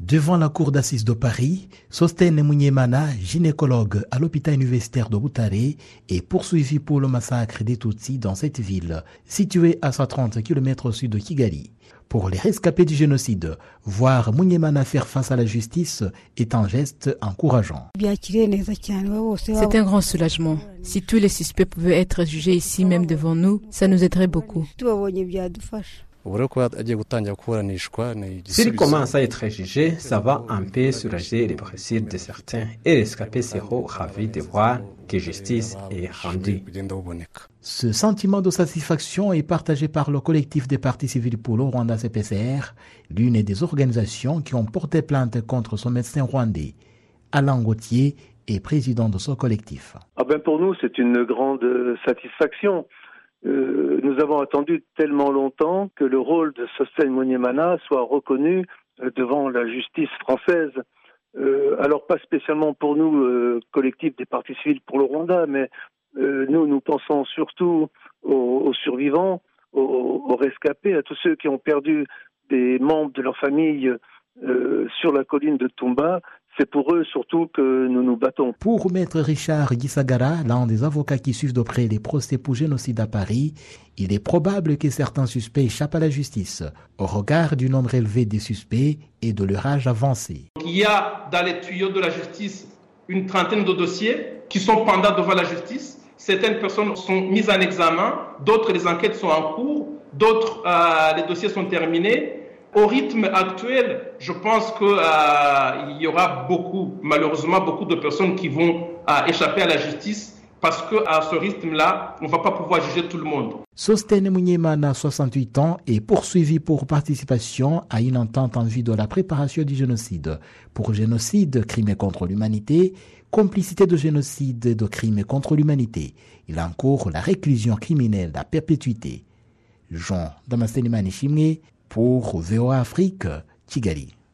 Devant la cour d'assises de Paris, Sostène Munyemana, gynécologue à l'hôpital universitaire de Butare, est poursuivi pour le massacre des Tutsis dans cette ville, située à 130 km au sud de Kigali. Pour les rescapés du génocide, voir Munyemana faire face à la justice est un geste encourageant. C'est un grand soulagement. Si tous les suspects pouvaient être jugés ici même devant nous, ça nous aiderait beaucoup. S'il commence à être jugé, ça va un peu soulager les blessures de certains et les rescapés seront ravis de voir que justice est rendue. Ce sentiment de satisfaction est partagé par le collectif des partis civils pour le Rwanda CPCR, l'une des organisations qui ont porté plainte contre son médecin rwandais. Alain Gauthier est président de ce collectif. Pour nous, c'est une grande satisfaction. Nous avons attendu tellement longtemps que le rôle de Sostène Munyemana soit reconnu devant la justice française. Alors pas spécialement pour nous, collectif des partis civils pour le Rwanda, mais nous pensons surtout aux survivants, aux rescapés, à tous ceux qui ont perdu des membres de leur famille sur la colline de Tumba. C'est pour eux surtout que nous nous battons. Pour Maître Richard Gisagara, l'un des avocats qui suivent de près les procès pour génocide à Paris, il est probable que certains suspects échappent à la justice, au regard du nombre élevé des suspects et de leur âge avancé. Il y a dans les tuyaux de la justice une trentaine de dossiers qui sont pendants devant la justice. Certaines personnes sont mises en examen, d'autres les enquêtes sont en cours, d'autres les dossiers sont terminés. Au rythme actuel, je pense qu'il y aura malheureusement beaucoup de personnes qui vont échapper à la justice parce qu'à ce rythme-là, on ne va pas pouvoir juger tout le monde. Sostène Munyemana, 68 ans, est poursuivi pour participation à une entente en vue de la préparation du génocide. Pour génocide, crime contre l'humanité, complicité de génocide et de crime contre l'humanité. Il encourt la réclusion criminelle à perpétuité. Jean Damascene Manishimwe pour VOA Afrique, Kigali.